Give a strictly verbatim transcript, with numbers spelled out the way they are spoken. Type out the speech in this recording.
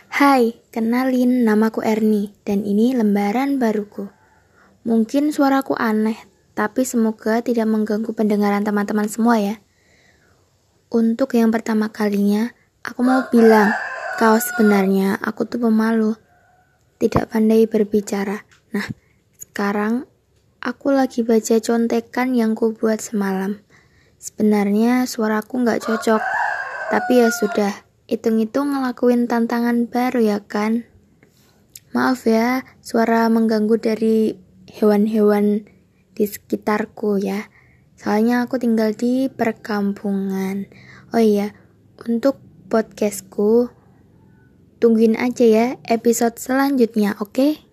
Hai, kenalin namaku Erni dan ini lembaran baruku. Mungkin suaraku aneh, tapi semoga tidak mengganggu pendengaran teman-teman semua ya. Untuk yang pertama kalinya, aku mau bilang kalau sebenarnya aku tuh pemalu, tidak pandai berbicara. Nah, sekarang aku lagi baca contekan yang ku buat semalam. Sebenarnya suaraku gak cocok, tapi ya sudah, hitung-hitung ngelakuin tantangan baru ya kan. Maaf ya, suara mengganggu dari hewan-hewan di sekitarku ya. Soalnya aku tinggal di perkampungan. Oh iya, untuk podcastku, tungguin aja ya episode selanjutnya, oke?